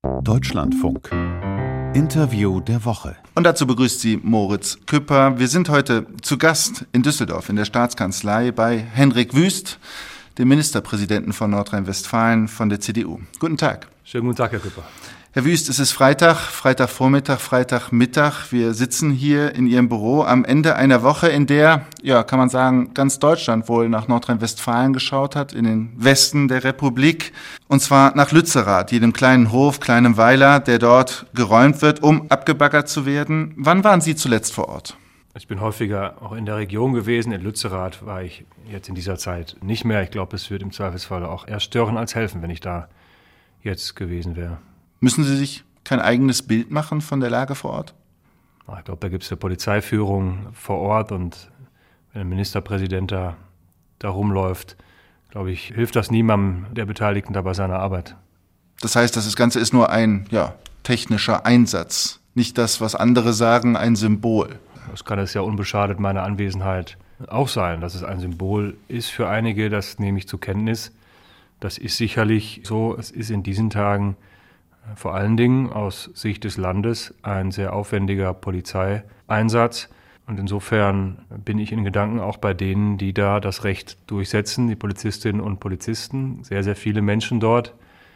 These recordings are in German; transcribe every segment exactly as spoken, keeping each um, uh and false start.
Deutschlandfunk. Interview der Woche. Und dazu begrüßt Sie Moritz Küpper. Wir sind heute zu Gast in Düsseldorf in der Staatskanzlei bei Hendrik Wüst, dem Ministerpräsidenten von Nordrhein-Westfalen von der C D U. Guten Tag. Schönen guten Tag, Herr Küpper. Herr Wüst, es ist Freitag, Freitagvormittag, Freitagmittag. Wir sitzen hier in Ihrem Büro am Ende einer Woche, in der, ja, kann man sagen, ganz Deutschland wohl nach Nordrhein-Westfalen geschaut hat, in den Westen der Republik. Und zwar nach Lützerath, jedem kleinen Hof, kleinem Weiler, der dort geräumt wird, um abgebaggert zu werden. Wann waren Sie zuletzt vor Ort? Ich bin häufiger auch in der Region gewesen. In Lützerath war ich jetzt in dieser Zeit nicht mehr. Ich glaube, es wird im Zweifelsfall auch eher stören als helfen, wenn ich da jetzt gewesen wäre. Müssen Sie sich kein eigenes Bild machen von der Lage vor Ort? Ich glaube, da gibt es eine Polizeiführung vor Ort und wenn ein Ministerpräsident da, da rumläuft, glaube ich, hilft das niemandem der Beteiligten da bei seiner Arbeit. Das heißt, das Ganze ist nur ein ja, technischer Einsatz, nicht das, was andere sagen, ein Symbol. Das kann es ja unbeschadet meiner Anwesenheit auch sein, dass es ein Symbol ist für einige, das nehme ich zur Kenntnis. Das ist sicherlich so, es ist in diesen Tagen vor allen Dingen aus Sicht des Landes ein sehr aufwendiger Polizeieinsatz. Und insofern bin ich in Gedanken auch bei denen, die da das Recht durchsetzen, die Polizistinnen und Polizisten. Sehr, sehr viele Menschen dort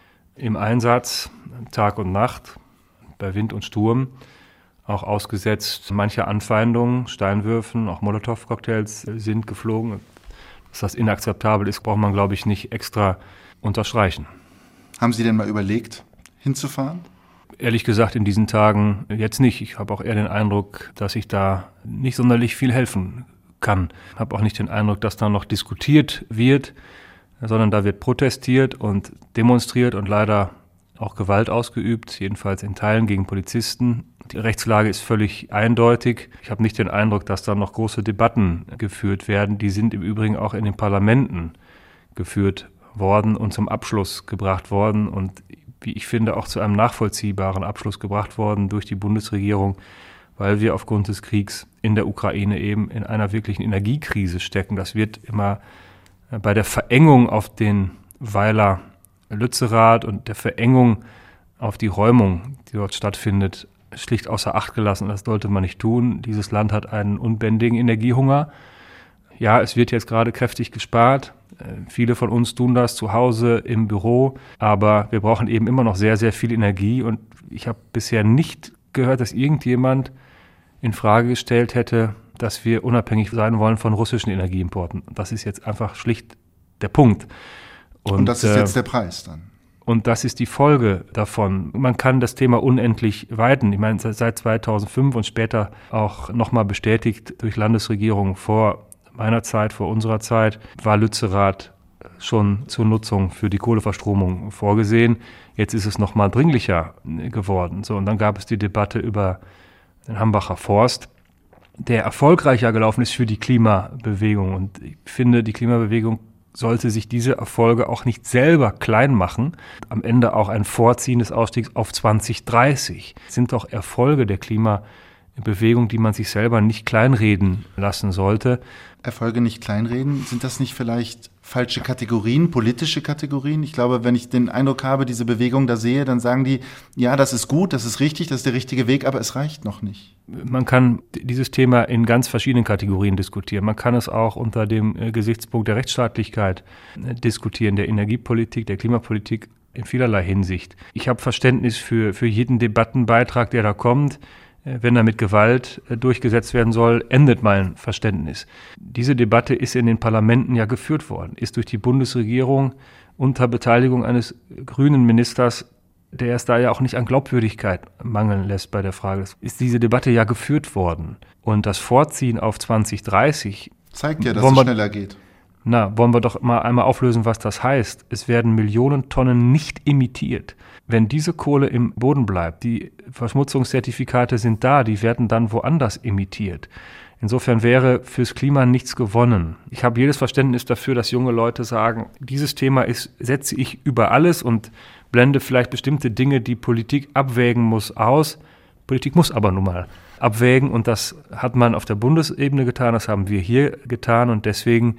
im Einsatz, Tag und Nacht, bei Wind und Sturm, auch ausgesetzt mancher Anfeindungen, Steinwürfen, auch Molotow-Cocktails sind geflogen. Dass das inakzeptabel ist, braucht man, glaube ich, nicht extra unterstreichen. Haben Sie denn mal überlegt, hinzufahren? Ehrlich gesagt, in diesen Tagen jetzt nicht. Ich habe auch eher den Eindruck, dass ich da nicht sonderlich viel helfen kann. Ich habe auch nicht den Eindruck, dass da noch diskutiert wird, sondern da wird protestiert und demonstriert und leider auch Gewalt ausgeübt, jedenfalls in Teilen gegen Polizisten. Die Rechtslage ist völlig eindeutig. Ich habe nicht den Eindruck, dass da noch große Debatten geführt werden. Die sind im Übrigen auch in den Parlamenten geführt worden und zum Abschluss gebracht worden und wie ich finde, auch zu einem nachvollziehbaren Abschluss gebracht worden durch die Bundesregierung, weil wir aufgrund des Kriegs in der Ukraine eben in einer wirklichen Energiekrise stecken. Das wird immer bei der Verengung auf den Weiler Lützerath und der Verengung auf die Räumung, die dort stattfindet, schlicht außer Acht gelassen. Das sollte man nicht tun. Dieses Land hat einen unbändigen Energiehunger. Ja, es wird jetzt gerade kräftig gespart. Viele von uns tun das zu Hause, im Büro, aber wir brauchen eben immer noch sehr, sehr viel Energie und ich habe bisher nicht gehört, dass irgendjemand in Frage gestellt hätte, dass wir unabhängig sein wollen von russischen Energieimporten. Das ist jetzt einfach schlicht der Punkt. Und, und das ist jetzt der Preis dann? Und das ist die Folge davon. Man kann das Thema unendlich weiten. Ich meine, seit zweitausendfünf und später auch nochmal bestätigt durch Landesregierungen vor meiner Zeit, vor unserer Zeit, war Lützerath schon zur Nutzung für die Kohleverstromung vorgesehen. Jetzt ist es noch mal dringlicher geworden. So, und dann gab es die Debatte über den Hambacher Forst, der erfolgreicher gelaufen ist für die Klimabewegung. Und ich finde, die Klimabewegung sollte sich diese Erfolge auch nicht selber klein machen. Am Ende auch ein Vorziehen des Ausstiegs auf zwanzig dreißig. Das sind doch Erfolge der Klimabewegung, die man sich selber nicht kleinreden lassen sollte. Erfolge nicht kleinreden? Sind das nicht vielleicht falsche Kategorien, politische Kategorien? Ich glaube, wenn ich den Eindruck habe, diese Bewegung da sehe, dann sagen die, ja, das ist gut, das ist richtig, das ist der richtige Weg, aber es reicht noch nicht. Man kann dieses Thema in ganz verschiedenen Kategorien diskutieren. Man kann es auch unter dem Gesichtspunkt der Rechtsstaatlichkeit diskutieren, der Energiepolitik, der Klimapolitik in vielerlei Hinsicht. Ich habe Verständnis für, für jeden Debattenbeitrag, der da kommt. Wenn er mit Gewalt durchgesetzt werden soll, endet mein Verständnis. Diese Debatte ist in den Parlamenten ja geführt worden, ist durch die Bundesregierung unter Beteiligung eines grünen Ministers, der es da ja auch nicht an Glaubwürdigkeit mangeln lässt bei der Frage, ist diese Debatte ja geführt worden. Und das Vorziehen auf zwanzig dreißig zeigt ja, dass es schneller geht. Na, wollen wir doch mal einmal auflösen, was das heißt. Es werden Millionen Tonnen nicht emittiert. Wenn diese Kohle im Boden bleibt, die Verschmutzungszertifikate sind da, die werden dann woanders emittiert. Insofern wäre fürs Klima nichts gewonnen. Ich habe jedes Verständnis dafür, dass junge Leute sagen, dieses Thema ist, setze ich über alles und blende vielleicht bestimmte Dinge, die Politik abwägen muss, aus. Politik muss aber nun mal abwägen und das hat man auf der Bundesebene getan, das haben wir hier getan und deswegen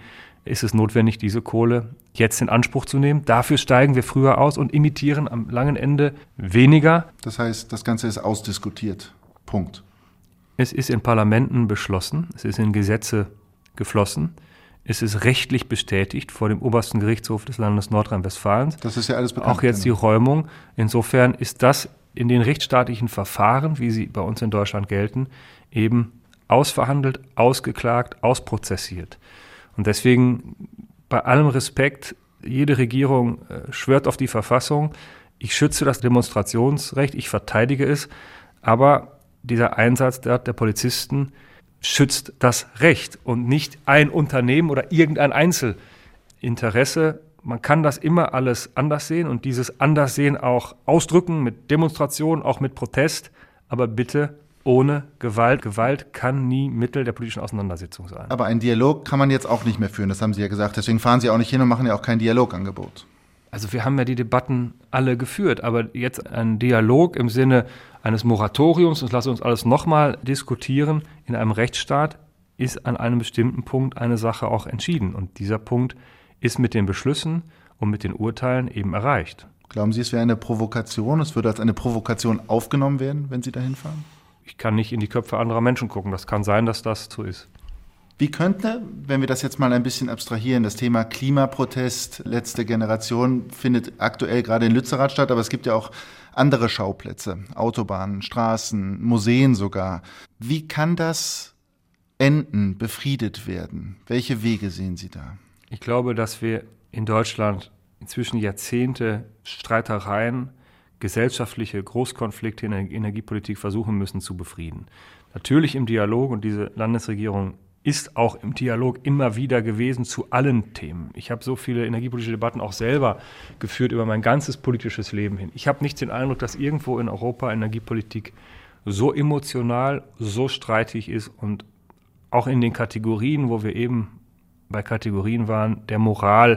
ist es notwendig, diese Kohle jetzt in Anspruch zu nehmen. Dafür steigen wir früher aus und emittieren am langen Ende weniger. Das heißt, das Ganze ist ausdiskutiert. Punkt. Es ist in Parlamenten beschlossen, es ist in Gesetze geflossen, es ist rechtlich bestätigt vor dem obersten Gerichtshof des Landes Nordrhein-Westfalens. Das ist ja alles bekannt. Auch jetzt die Räumung. Insofern ist das in den rechtsstaatlichen Verfahren, wie sie bei uns in Deutschland gelten, eben ausverhandelt, ausgeklagt, ausprozessiert. Und deswegen bei allem Respekt, jede Regierung äh, schwört auf die Verfassung. Ich schütze das Demonstrationsrecht, ich verteidige es, aber dieser Einsatz der, der Polizisten schützt das Recht und nicht ein Unternehmen oder irgendein Einzelinteresse. Man kann das immer alles anders sehen und dieses Anderssehen auch ausdrücken mit Demonstrationen, auch mit Protest, aber bitte ohne Gewalt. Gewalt kann nie Mittel der politischen Auseinandersetzung sein. Aber einen Dialog kann man jetzt auch nicht mehr führen, das haben Sie ja gesagt. Deswegen fahren Sie auch nicht hin und machen ja auch kein Dialogangebot. Also wir haben ja die Debatten alle geführt, aber jetzt ein Dialog im Sinne eines Moratoriums, und lassen uns alles nochmal diskutieren, in einem Rechtsstaat ist an einem bestimmten Punkt eine Sache auch entschieden. Und dieser Punkt ist mit den Beschlüssen und mit den Urteilen eben erreicht. Glauben Sie, es wäre eine Provokation, es würde als eine Provokation aufgenommen werden, wenn Sie dahin fahren? Ich kann nicht in die Köpfe anderer Menschen gucken. Das kann sein, dass das so ist. Wie könnte, wenn wir das jetzt mal ein bisschen abstrahieren, das Thema Klimaprotest, letzte Generation, findet aktuell gerade in Lützerath statt, aber es gibt ja auch andere Schauplätze, Autobahnen, Straßen, Museen sogar. Wie kann das enden, befriedet werden? Welche Wege sehen Sie da? Ich glaube, dass wir in Deutschland inzwischen Jahrzehnte Streitereien, gesellschaftliche Großkonflikte in der Energiepolitik versuchen müssen zu befrieden. Natürlich im Dialog, und diese Landesregierung ist auch im Dialog immer wieder gewesen zu allen Themen. Ich habe so viele energiepolitische Debatten auch selber geführt über mein ganzes politisches Leben hin. Ich habe nicht den Eindruck, dass irgendwo in Europa Energiepolitik so emotional, so streitig ist und auch in den Kategorien, wo wir eben bei Kategorien waren, der Moral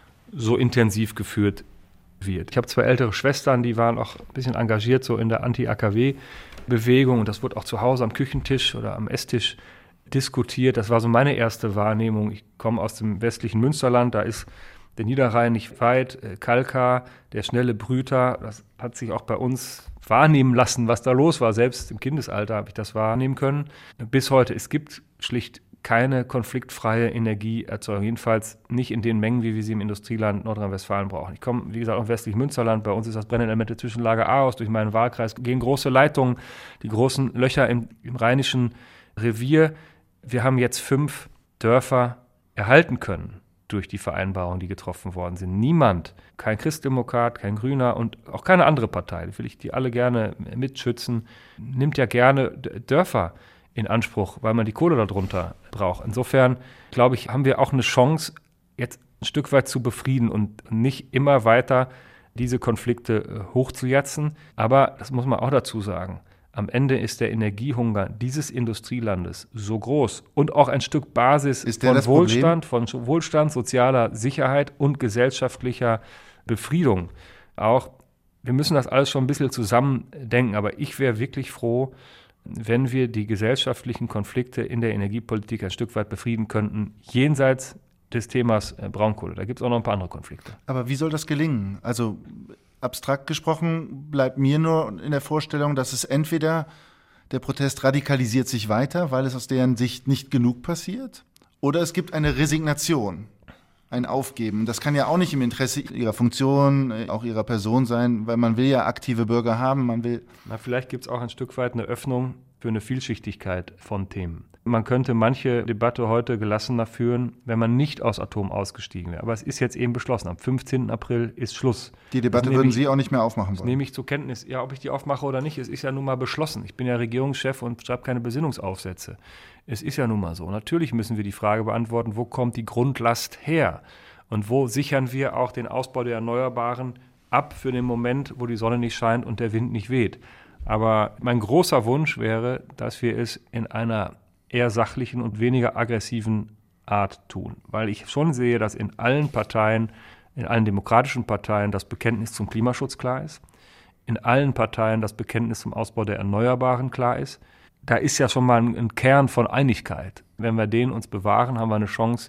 so intensiv geführt wird. Ich habe zwei ältere Schwestern, die waren auch ein bisschen engagiert so in der Anti-A K W-Bewegung und das wurde auch zu Hause am Küchentisch oder am Esstisch diskutiert. Das war so meine erste Wahrnehmung. Ich komme aus dem westlichen Münsterland, da ist der Niederrhein nicht weit, Kalkar, der schnelle Brüter, das hat sich auch bei uns wahrnehmen lassen, was da los war. Selbst im Kindesalter habe ich das wahrnehmen können. Bis heute, es gibt schlicht keine konfliktfreie Energieerzeugung, jedenfalls nicht in den Mengen, wie wir sie im Industrieland Nordrhein-Westfalen brauchen. Ich komme, wie gesagt, aus dem westlichen Münsterland. Bei uns ist das Brennelemente Zwischenlager Ahaus. Durch meinen Wahlkreis gehen große Leitungen, die großen Löcher im, im rheinischen Revier. Wir haben jetzt fünf Dörfer erhalten können durch die Vereinbarungen, die getroffen worden sind. Niemand, kein Christdemokrat, kein Grüner und auch keine andere Partei, die will ich die alle gerne mitschützen, nimmt ja gerne Dörfer in Anspruch, weil man die Kohle darunter braucht. Insofern, glaube ich, haben wir auch eine Chance, jetzt ein Stück weit zu befrieden und nicht immer weiter diese Konflikte hochzujatzen. Aber, das muss man auch dazu sagen, am Ende ist der Energiehunger dieses Industrielandes so groß und auch ein Stück Basis von Wohlstand, von Wohlstand, sozialer Sicherheit und gesellschaftlicher Befriedung. Auch, wir müssen das alles schon ein bisschen zusammendenken, aber ich wäre wirklich froh, wenn wir die gesellschaftlichen Konflikte in der Energiepolitik ein Stück weit befrieden könnten, jenseits des Themas Braunkohle. Da gibt es auch noch ein paar andere Konflikte. Aber wie soll das gelingen? Also abstrakt gesprochen bleibt mir nur in der Vorstellung, dass es entweder der Protest radikalisiert sich weiter, weil es aus deren Sicht nicht genug passiert, oder es gibt eine Resignation, ein Aufgeben. Das kann ja auch nicht im Interesse ihrer Funktion, auch ihrer Person sein, weil man will ja aktive Bürger haben, man will... Na, vielleicht gibt es auch ein Stück weit eine Öffnung für eine Vielschichtigkeit von Themen. Man könnte manche Debatte heute gelassener führen, wenn man nicht aus Atom ausgestiegen wäre. Aber es ist jetzt eben beschlossen. Am fünfzehnten April ist Schluss. Die Debatte würden ich, Sie auch nicht mehr aufmachen wollen? Das nehme ich zur Kenntnis. Ja, ob ich die aufmache oder nicht, es ist ja nun mal beschlossen. Ich bin ja Regierungschef und schreibe keine Besinnungsaufsätze. Es ist ja nun mal so. Natürlich müssen wir die Frage beantworten, wo kommt die Grundlast her? Und wo sichern wir auch den Ausbau der Erneuerbaren ab für den Moment, wo die Sonne nicht scheint und der Wind nicht weht? Aber mein großer Wunsch wäre, dass wir es in einer eher sachlichen und weniger aggressiven Art tun. Weil ich schon sehe, dass in allen Parteien, in allen demokratischen Parteien das Bekenntnis zum Klimaschutz klar ist. In allen Parteien das Bekenntnis zum Ausbau der Erneuerbaren klar ist. Da ist ja schon mal ein, ein Kern von Einigkeit. Wenn wir den uns bewahren, haben wir eine Chance,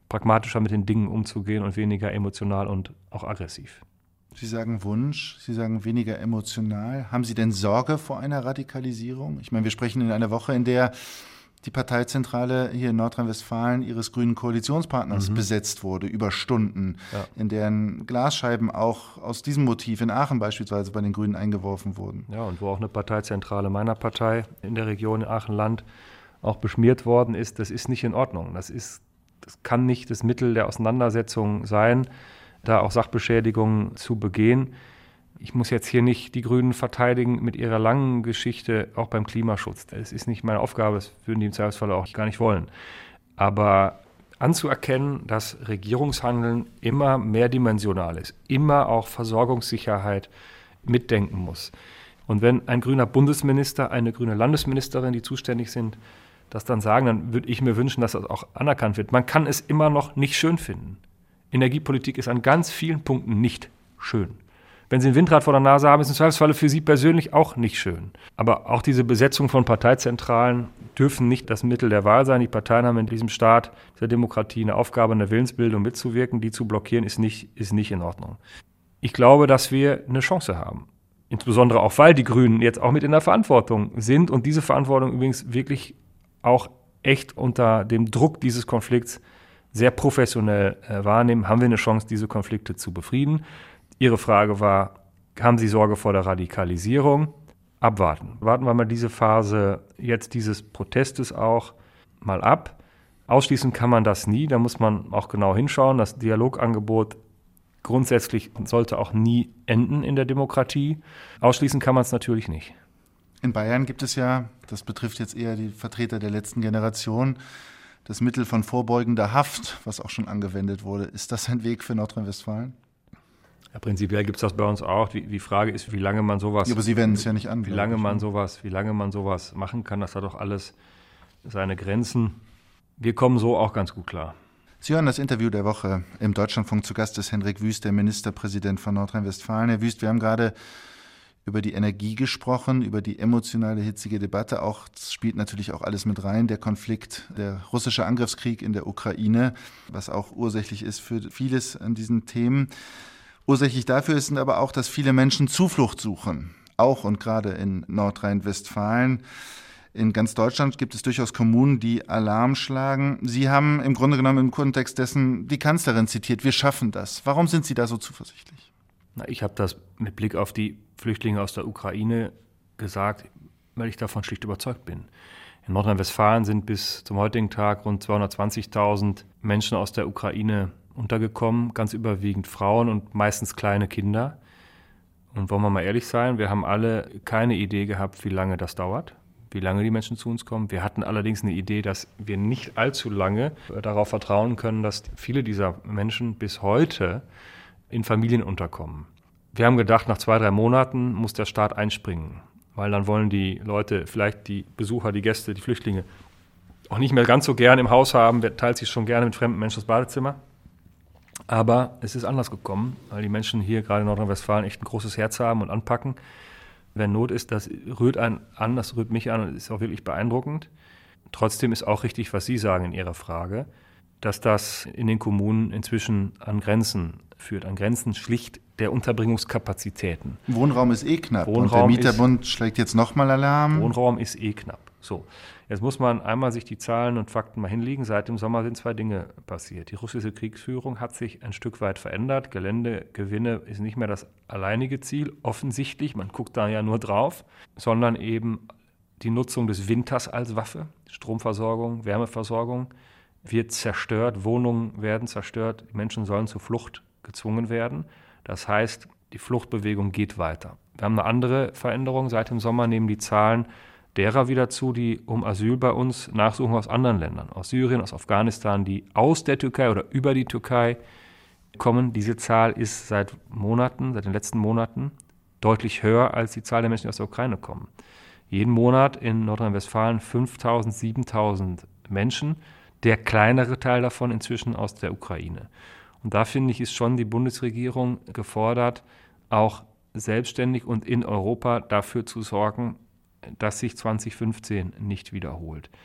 pragmatischer mit den Dingen umzugehen und weniger emotional und auch aggressiv. Sie sagen Wunsch, Sie sagen weniger emotional. Haben Sie denn Sorge vor einer Radikalisierung? Ich meine, wir sprechen in einer Woche, in der die Parteizentrale hier in Nordrhein-Westfalen Ihres grünen Koalitionspartners mhm. besetzt wurde, über Stunden, ja. in deren Glasscheiben auch aus diesem Motiv in Aachen beispielsweise bei den Grünen eingeworfen wurden. Ja, und wo auch eine Parteizentrale meiner Partei in der Region Aachen-Land auch beschmiert worden ist, das ist nicht in Ordnung. Das ist, das kann nicht das Mittel der Auseinandersetzung sein, da auch Sachbeschädigungen zu begehen. Ich muss jetzt hier nicht die Grünen verteidigen mit ihrer langen Geschichte, auch beim Klimaschutz. Das ist nicht meine Aufgabe, das würden die im Zweifelsfall auch gar nicht wollen. Aber anzuerkennen, dass Regierungshandeln immer mehrdimensional ist, immer auch Versorgungssicherheit mitdenken muss. Und wenn ein grüner Bundesminister, eine grüne Landesministerin, die zuständig sind, das dann sagen, dann würde ich mir wünschen, dass das auch anerkannt wird. Man kann es immer noch nicht schön finden. Energiepolitik ist an ganz vielen Punkten nicht schön. Wenn Sie ein Windrad vor der Nase haben, ist es im Zweifelsfall für Sie persönlich auch nicht schön. Aber auch diese Besetzung von Parteizentralen dürfen nicht das Mittel der Wahl sein. Die Parteien haben in diesem Staat der Demokratie eine Aufgabe, in der Willensbildung mitzuwirken. Die zu blockieren, ist nicht, ist nicht in Ordnung. Ich glaube, dass wir eine Chance haben. Insbesondere auch, weil die Grünen jetzt auch mit in der Verantwortung sind und diese Verantwortung übrigens wirklich auch echt unter dem Druck dieses Konflikts sehr professionell äh, wahrnehmen, haben wir eine Chance, diese Konflikte zu befrieden. Ihre Frage war, haben Sie Sorge vor der Radikalisierung? Abwarten. Warten wir mal diese Phase jetzt dieses Protestes auch mal ab. Ausschließen kann man das nie, da muss man auch genau hinschauen. Das Dialogangebot grundsätzlich sollte auch nie enden in der Demokratie. Ausschließen kann man es natürlich nicht. In Bayern gibt es ja, das betrifft jetzt eher die Vertreter der letzten Generation, das Mittel von vorbeugender Haft, was auch schon angewendet wurde. Ist das ein Weg für Nordrhein-Westfalen? Ja, prinzipiell gibt es das bei uns auch. Die, die Frage ist, wie lange man sowas. Ja, aber Sie wenden es ja nicht an. Wie lange man sowas, wie lange man sowas machen kann, das hat doch alles seine Grenzen. Wir kommen so auch ganz gut klar. Sie hören das Interview der Woche. Im Deutschlandfunk zu Gast ist Hendrik Wüst, der Ministerpräsident von Nordrhein-Westfalen. Herr Wüst, wir haben gerade über die Energie gesprochen, über die emotionale, hitzige Debatte. Auch das spielt natürlich auch alles mit rein. Der Konflikt, der russische Angriffskrieg in der Ukraine, was auch ursächlich ist für vieles an diesen Themen. Ursächlich dafür ist aber auch, dass viele Menschen Zuflucht suchen, auch und gerade in Nordrhein-Westfalen. In ganz Deutschland gibt es durchaus Kommunen, die Alarm schlagen. Sie haben im Grunde genommen im Kontext dessen die Kanzlerin zitiert, wir schaffen das. Warum sind Sie da so zuversichtlich? Na, ich habe das mit Blick auf die Flüchtlinge aus der Ukraine gesagt, weil ich davon schlicht überzeugt bin. In Nordrhein-Westfalen sind bis zum heutigen Tag rund zweihundertzwanzigtausend Menschen aus der Ukraine untergekommen, ganz überwiegend Frauen und meistens kleine Kinder. Und wollen wir mal ehrlich sein, wir haben alle keine Idee gehabt, wie lange das dauert, wie lange die Menschen zu uns kommen. Wir hatten allerdings eine Idee, dass wir nicht allzu lange darauf vertrauen können, dass viele dieser Menschen bis heute in Familien unterkommen. Wir haben gedacht, nach zwei, drei Monaten muss der Staat einspringen, weil dann wollen die Leute, vielleicht die Besucher, die Gäste, die Flüchtlinge auch nicht mehr ganz so gern im Haus haben, wer teilt sich schon gerne mit fremden Menschen das Badezimmer. Aber es ist anders gekommen, weil die Menschen hier gerade in Nordrhein-Westfalen echt ein großes Herz haben und anpacken. Wenn Not ist, das rührt einen an, das rührt mich an und ist auch wirklich beeindruckend. Trotzdem ist auch richtig, was Sie sagen in Ihrer Frage, dass das in den Kommunen inzwischen an Grenzen führt, an Grenzen schlicht der Unterbringungskapazitäten. Wohnraum ist eh knapp Wohnraum und der Mieterbund ist, schlägt jetzt nochmal Alarm. Wohnraum ist eh knapp. So, jetzt muss man einmal sich die Zahlen und Fakten mal hinlegen. Seit dem Sommer sind zwei Dinge passiert. Die russische Kriegsführung hat sich ein Stück weit verändert. Geländegewinne ist nicht mehr das alleinige Ziel, offensichtlich, man guckt da ja nur drauf, sondern eben die Nutzung des Winters als Waffe. Stromversorgung, Wärmeversorgung wird zerstört, Wohnungen werden zerstört, die Menschen sollen zur Flucht gezwungen werden. Das heißt, die Fluchtbewegung geht weiter. Wir haben eine andere Veränderung. Seit dem Sommer nehmen die Zahlen derer wieder zu, die um Asyl bei uns nachsuchen aus anderen Ländern, aus Syrien, aus Afghanistan, die aus der Türkei oder über die Türkei kommen. Diese Zahl ist seit Monaten, seit den letzten Monaten deutlich höher als die Zahl der Menschen, die aus der Ukraine kommen. Jeden Monat in Nordrhein-Westfalen fünftausend, siebentausend Menschen, der kleinere Teil davon inzwischen aus der Ukraine. Und da finde ich, ist schon die Bundesregierung gefordert, auch selbstständig und in Europa dafür zu sorgen, dass sich zwanzig fünfzehn nicht wiederholt.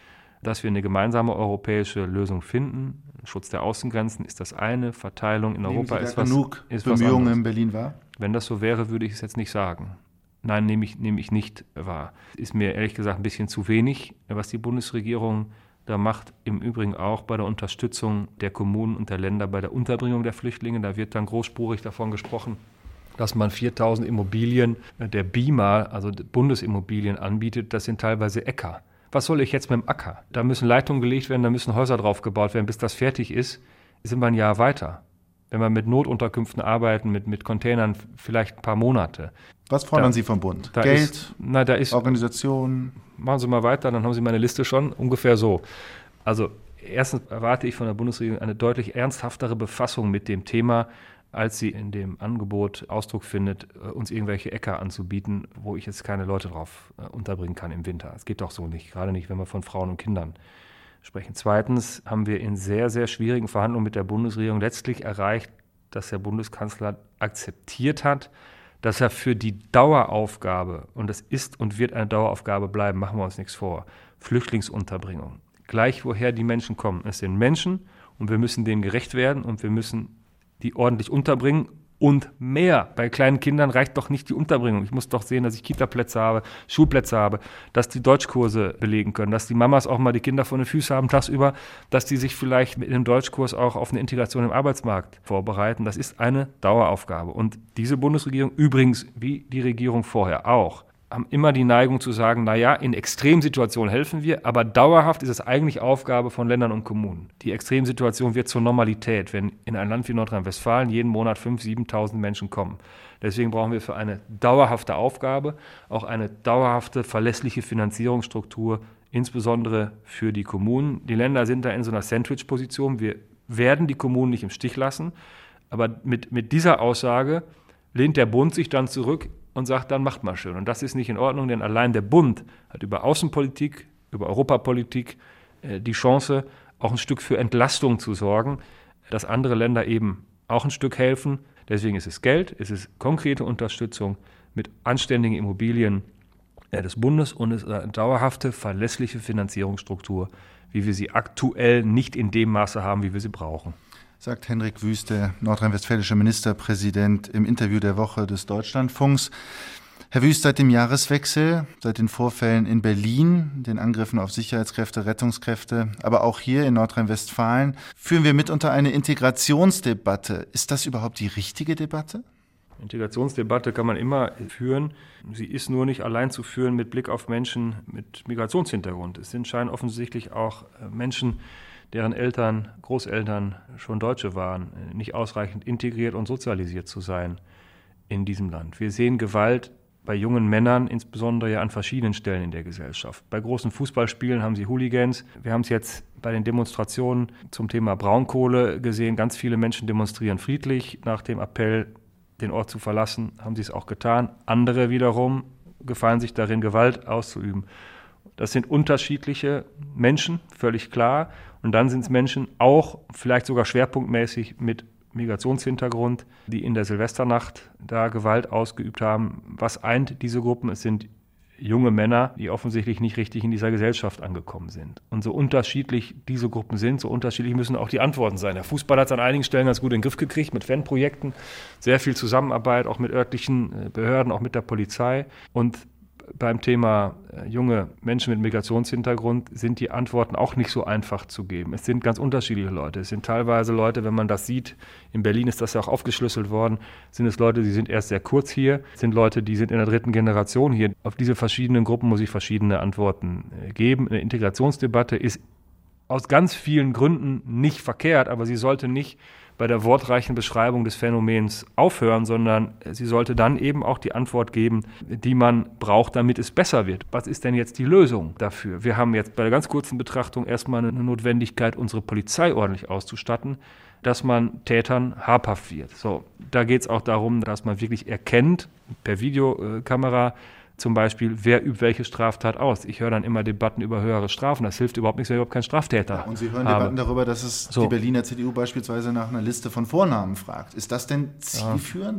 dass wir eine gemeinsame europäische Lösung finden. Schutz der Außengrenzen ist das eine, Verteilung in Nehmen Europa Sie da ist was, genug ist was Bemühungen anderes. in Berlin wahr? Wenn das so wäre, würde ich es jetzt nicht sagen. Nein, nehme ich, nehme ich nicht wahr. Ist mir ehrlich gesagt ein bisschen zu wenig, was die Bundesregierung da macht. Im Übrigen auch bei der Unterstützung der Kommunen und der Länder bei der Unterbringung der Flüchtlinge. Da wird dann großspurig davon gesprochen, dass man viertausend Immobilien der B I M A, also Bundesimmobilien, anbietet. Das sind teilweise Äcker. Was soll ich jetzt mit dem Acker? Da müssen Leitungen gelegt werden, da müssen Häuser drauf gebaut werden. Bis das fertig ist, sind wir ein Jahr weiter. Wenn wir mit Notunterkünften arbeiten, mit, mit Containern, vielleicht ein paar Monate. Was fordern da, Sie vom Bund? Da Geld, ist, na, da ist, Organisationen? Machen Sie mal weiter, dann haben Sie meine Liste schon. Ungefähr so. Also erstens erwarte ich von der Bundesregierung eine deutlich ernsthaftere Befassung mit dem Thema, als sie in dem Angebot Ausdruck findet, uns irgendwelche Äcker anzubieten, wo ich jetzt keine Leute drauf unterbringen kann im Winter. Es geht doch so nicht, gerade nicht, wenn wir von Frauen und Kindern sprechen. Zweitens haben wir in sehr, sehr schwierigen Verhandlungen mit der Bundesregierung letztlich erreicht, dass der Bundeskanzler akzeptiert hat, dass er für die Daueraufgabe, und das ist und wird eine Daueraufgabe bleiben, machen wir uns nichts vor, Flüchtlingsunterbringung, gleich woher die Menschen kommen. Es sind Menschen und wir müssen denen gerecht werden und wir müssen die ordentlich unterbringen und mehr. Bei kleinen Kindern reicht doch nicht die Unterbringung. Ich muss doch sehen, dass ich Kitaplätze habe, Schulplätze habe, dass die Deutschkurse belegen können, dass die Mamas auch mal die Kinder vor den Füßen haben tagsüber, dass die sich vielleicht mit einem Deutschkurs auch auf eine Integration im Arbeitsmarkt vorbereiten. Das ist eine Daueraufgabe. Und diese Bundesregierung, übrigens wie die Regierung vorher auch, haben immer die Neigung zu sagen, naja, in Extremsituationen helfen wir, aber dauerhaft ist es eigentlich Aufgabe von Ländern und Kommunen. Die Extremsituation wird zur Normalität, wenn in ein Land wie Nordrhein-Westfalen jeden Monat fünftausend, siebentausend Menschen kommen. Deswegen brauchen wir für eine dauerhafte Aufgabe auch eine dauerhafte, verlässliche Finanzierungsstruktur, insbesondere für die Kommunen. Die Länder sind da in so einer Sandwich-Position. Wir werden die Kommunen nicht im Stich lassen, aber mit, mit dieser Aussage lehnt der Bund sich dann zurück und sagt, dann macht mal schön. Und das ist nicht in Ordnung, denn allein der Bund hat über Außenpolitik, über Europapolitik äh, die Chance, auch ein Stück für Entlastung zu sorgen, dass andere Länder eben auch ein Stück helfen. Deswegen ist es Geld, es ist konkrete Unterstützung mit anständigen Immobilien äh, des Bundes und es ist eine dauerhafte, verlässliche Finanzierungsstruktur, wie wir sie aktuell nicht in dem Maße haben, wie wir sie brauchen. Sagt Hendrik Wüst, der nordrhein-westfälische Ministerpräsident, im Interview der Woche des Deutschlandfunks. Herr Wüst, seit dem Jahreswechsel, seit den Vorfällen in Berlin, den Angriffen auf Sicherheitskräfte, Rettungskräfte, aber auch hier in Nordrhein-Westfalen, führen wir mitunter eine Integrationsdebatte. Ist das überhaupt die richtige Debatte? Integrationsdebatte kann man immer führen. Sie ist nur nicht allein zu führen mit Blick auf Menschen mit Migrationshintergrund. Es sind scheinen offensichtlich auch Menschen, deren Eltern, Großeltern schon Deutsche waren, nicht ausreichend integriert und sozialisiert zu sein in diesem Land. Wir sehen Gewalt bei jungen Männern, insbesondere ja an verschiedenen Stellen in der Gesellschaft. Bei großen Fußballspielen haben sie Hooligans. Wir haben es jetzt bei den Demonstrationen zum Thema Braunkohle gesehen. Ganz viele Menschen demonstrieren friedlich. Nach dem Appell, den Ort zu verlassen, haben sie es auch getan. Andere wiederum gefallen sich darin, Gewalt auszuüben. Das sind unterschiedliche Menschen, völlig klar. Und dann sind es Menschen auch vielleicht sogar schwerpunktmäßig mit Migrationshintergrund, die in der Silvesternacht da Gewalt ausgeübt haben. Was eint diese Gruppen? Es sind junge Männer, die offensichtlich nicht richtig in dieser Gesellschaft angekommen sind. Und so unterschiedlich diese Gruppen sind, so unterschiedlich müssen auch die Antworten sein. Der Fußball hat es an einigen Stellen ganz gut in den Griff gekriegt mit Fanprojekten, sehr viel Zusammenarbeit auch mit örtlichen Behörden, auch mit der Polizei. Und beim Thema junge Menschen mit Migrationshintergrund sind die Antworten auch nicht so einfach zu geben. Es sind ganz unterschiedliche Leute. Es sind teilweise Leute, wenn man das sieht, in Berlin ist das ja auch aufgeschlüsselt worden, sind es Leute, die sind erst sehr kurz hier, es sind Leute, die sind in der dritten Generation hier. Auf diese verschiedenen Gruppen muss ich verschiedene Antworten geben. Eine Integrationsdebatte ist aus ganz vielen Gründen nicht verkehrt, aber sie sollte nicht bei der wortreichen Beschreibung des Phänomens aufhören, sondern sie sollte dann eben auch die Antwort geben, die man braucht, damit es besser wird. Was ist denn jetzt die Lösung dafür? Wir haben jetzt bei der ganz kurzen Betrachtung erstmal eine Notwendigkeit, unsere Polizei ordentlich auszustatten, dass man Tätern habhaft wird. So, da geht es auch darum, dass man wirklich erkennt, per Videokamera zum Beispiel, wer übt welche Straftat aus. Ich höre dann immer Debatten über höhere Strafen. Das hilft überhaupt nichts, wenn ich überhaupt keinen Straftäter habe. Ja, und Sie hören Debatten darüber, dass es so. die Berliner C D U beispielsweise nach einer Liste von Vornamen fragt. Ist das denn zielführend?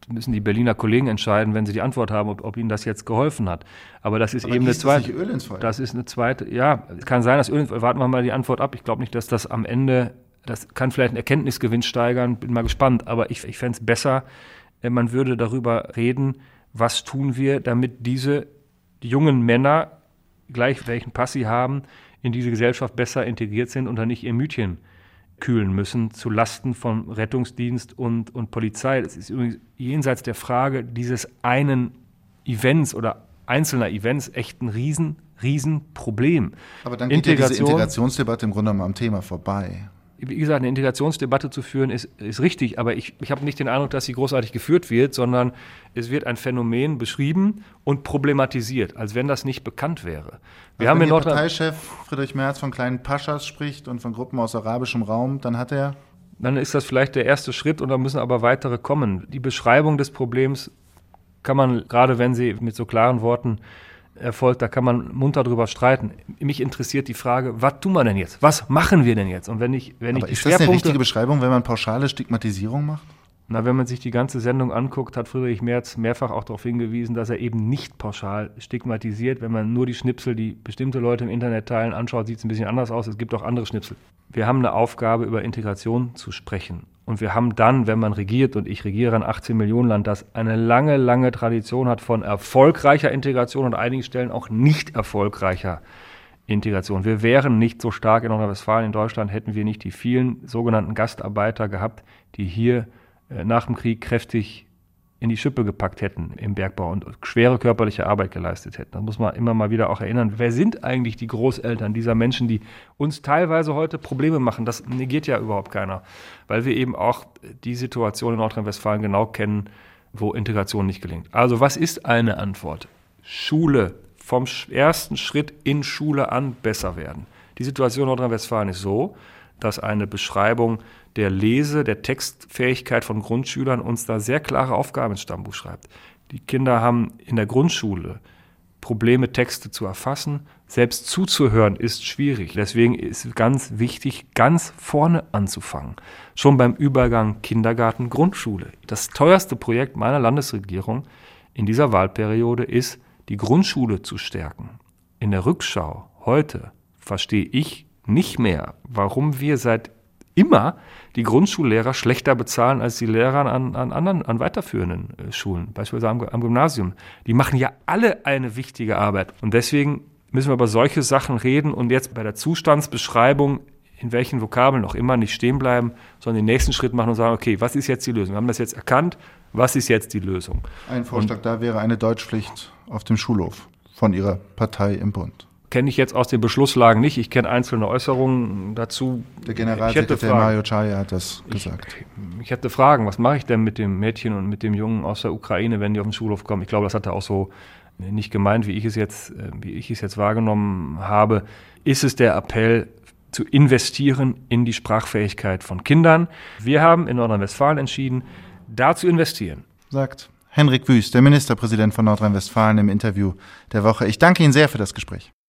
müssen die Berliner Kollegen entscheiden, wenn sie die Antwort haben, ob, ob ihnen das jetzt geholfen hat. Aber das ist Aber eben eine gießt das zweite. nicht Öl ins Feuer? Das ist eine zweite. Ja, es kann sein, dass Öl ins Feuer. Warten wir mal die Antwort ab. Ich glaube nicht, dass das am Ende, das kann vielleicht einen Erkenntnisgewinn steigern. Bin mal gespannt. Aber ich, ich fände es besser, man würde darüber reden, was tun wir, damit diese jungen Männer, gleich welchen Pass sie haben, in diese Gesellschaft besser integriert sind und dann nicht ihr Mütchen kühlen müssen, zu Lasten von Rettungsdienst und, und Polizei. Das ist übrigens jenseits der Frage dieses einen Events oder einzelner Events echt ein riesen, riesen Problem. Aber dann geht ja diese Integrationsdebatte im Grunde genommen am Thema vorbei. Wie gesagt, eine Integrationsdebatte zu führen ist, ist richtig, aber ich, ich habe nicht den Eindruck, dass sie großartig geführt wird, sondern es wird ein Phänomen beschrieben und problematisiert, als wenn das nicht bekannt wäre. Wir also haben wenn in der Parteichef Friedrich Merz von kleinen Paschas spricht und von Gruppen aus arabischem Raum, dann hat er... Dann ist das vielleicht der erste Schritt und dann müssen aber weitere kommen. Die Beschreibung des Problems kann man, gerade wenn sie mit so klaren Worten erfolgt, da kann man munter drüber streiten. Mich interessiert die Frage, was tun wir denn jetzt? Was machen wir denn jetzt? Und wenn ich, wenn Aber ich die ist das Schwerpunkte, eine richtige Beschreibung, wenn man pauschale Stigmatisierung macht? Na, wenn man sich die ganze Sendung anguckt, hat Friedrich Merz mehrfach auch darauf hingewiesen, dass er eben nicht pauschal stigmatisiert. Wenn man nur die Schnipsel, die bestimmte Leute im Internet teilen, anschaut, sieht es ein bisschen anders aus. Es gibt auch andere Schnipsel. Wir haben eine Aufgabe, über Integration zu sprechen. Und wir haben dann, wenn man regiert, und ich regiere ein achtzehn Millionen Land, das eine lange, lange Tradition hat von erfolgreicher Integration und an einigen Stellen auch nicht erfolgreicher Integration. Wir wären nicht so stark in Nordrhein-Westfalen, in Deutschland, hätten wir nicht die vielen sogenannten Gastarbeiter gehabt, die hier äh, nach dem Krieg kräftig in die Schippe gepackt hätten im Bergbau und schwere körperliche Arbeit geleistet hätten. Da muss man immer mal wieder auch erinnern, wer sind eigentlich die Großeltern dieser Menschen, die uns teilweise heute Probleme machen? Das negiert ja überhaupt keiner, weil wir eben auch die Situation in Nordrhein-Westfalen genau kennen, wo Integration nicht gelingt. Also was ist eine Antwort? Schule, vom ersten Schritt in Schule an besser werden. Die Situation in Nordrhein-Westfalen ist so, dass eine Beschreibung der Lese-, der Textfähigkeit von Grundschülern uns da sehr klare Aufgaben ins Stammbuch schreibt. Die Kinder haben in der Grundschule Probleme, Texte zu erfassen. Selbst zuzuhören ist schwierig. Deswegen ist ganz wichtig, ganz vorne anzufangen. Schon beim Übergang Kindergarten, Grundschule. Das teuerste Projekt meiner Landesregierung in dieser Wahlperiode ist, die Grundschule zu stärken. In der Rückschau heute verstehe ich nicht mehr, warum wir seit immer die Grundschullehrer schlechter bezahlen als die Lehrer an, an anderen, an weiterführenden äh, Schulen, beispielsweise am, am Gymnasium. Die machen ja alle eine wichtige Arbeit. Und deswegen müssen wir über solche Sachen reden und jetzt bei der Zustandsbeschreibung, in welchen Vokabeln auch immer, nicht stehen bleiben, sondern den nächsten Schritt machen und sagen, okay, was ist jetzt die Lösung? Wir haben das jetzt erkannt, was ist jetzt die Lösung? Ein Vorschlag und, da wäre eine Deutschpflicht auf dem Schulhof von Ihrer Partei im Bund. Kenne ich jetzt aus den Beschlusslagen nicht. Ich kenne einzelne Äußerungen dazu. Der Generalsekretär Mario Chaya hat das gesagt. Ich, ich hätte Fragen, was mache ich denn mit dem Mädchen und mit dem Jungen aus der Ukraine, wenn die auf den Schulhof kommen? Ich glaube, das hat er auch so nicht gemeint, wie ich es jetzt, wie ich es jetzt wahrgenommen habe. Ist es der Appell, zu investieren in die Sprachfähigkeit von Kindern? Wir haben in Nordrhein-Westfalen entschieden, da zu investieren. Sagt Henrik Wüst, der Ministerpräsident von Nordrhein-Westfalen im Interview der Woche. Ich danke Ihnen sehr für das Gespräch.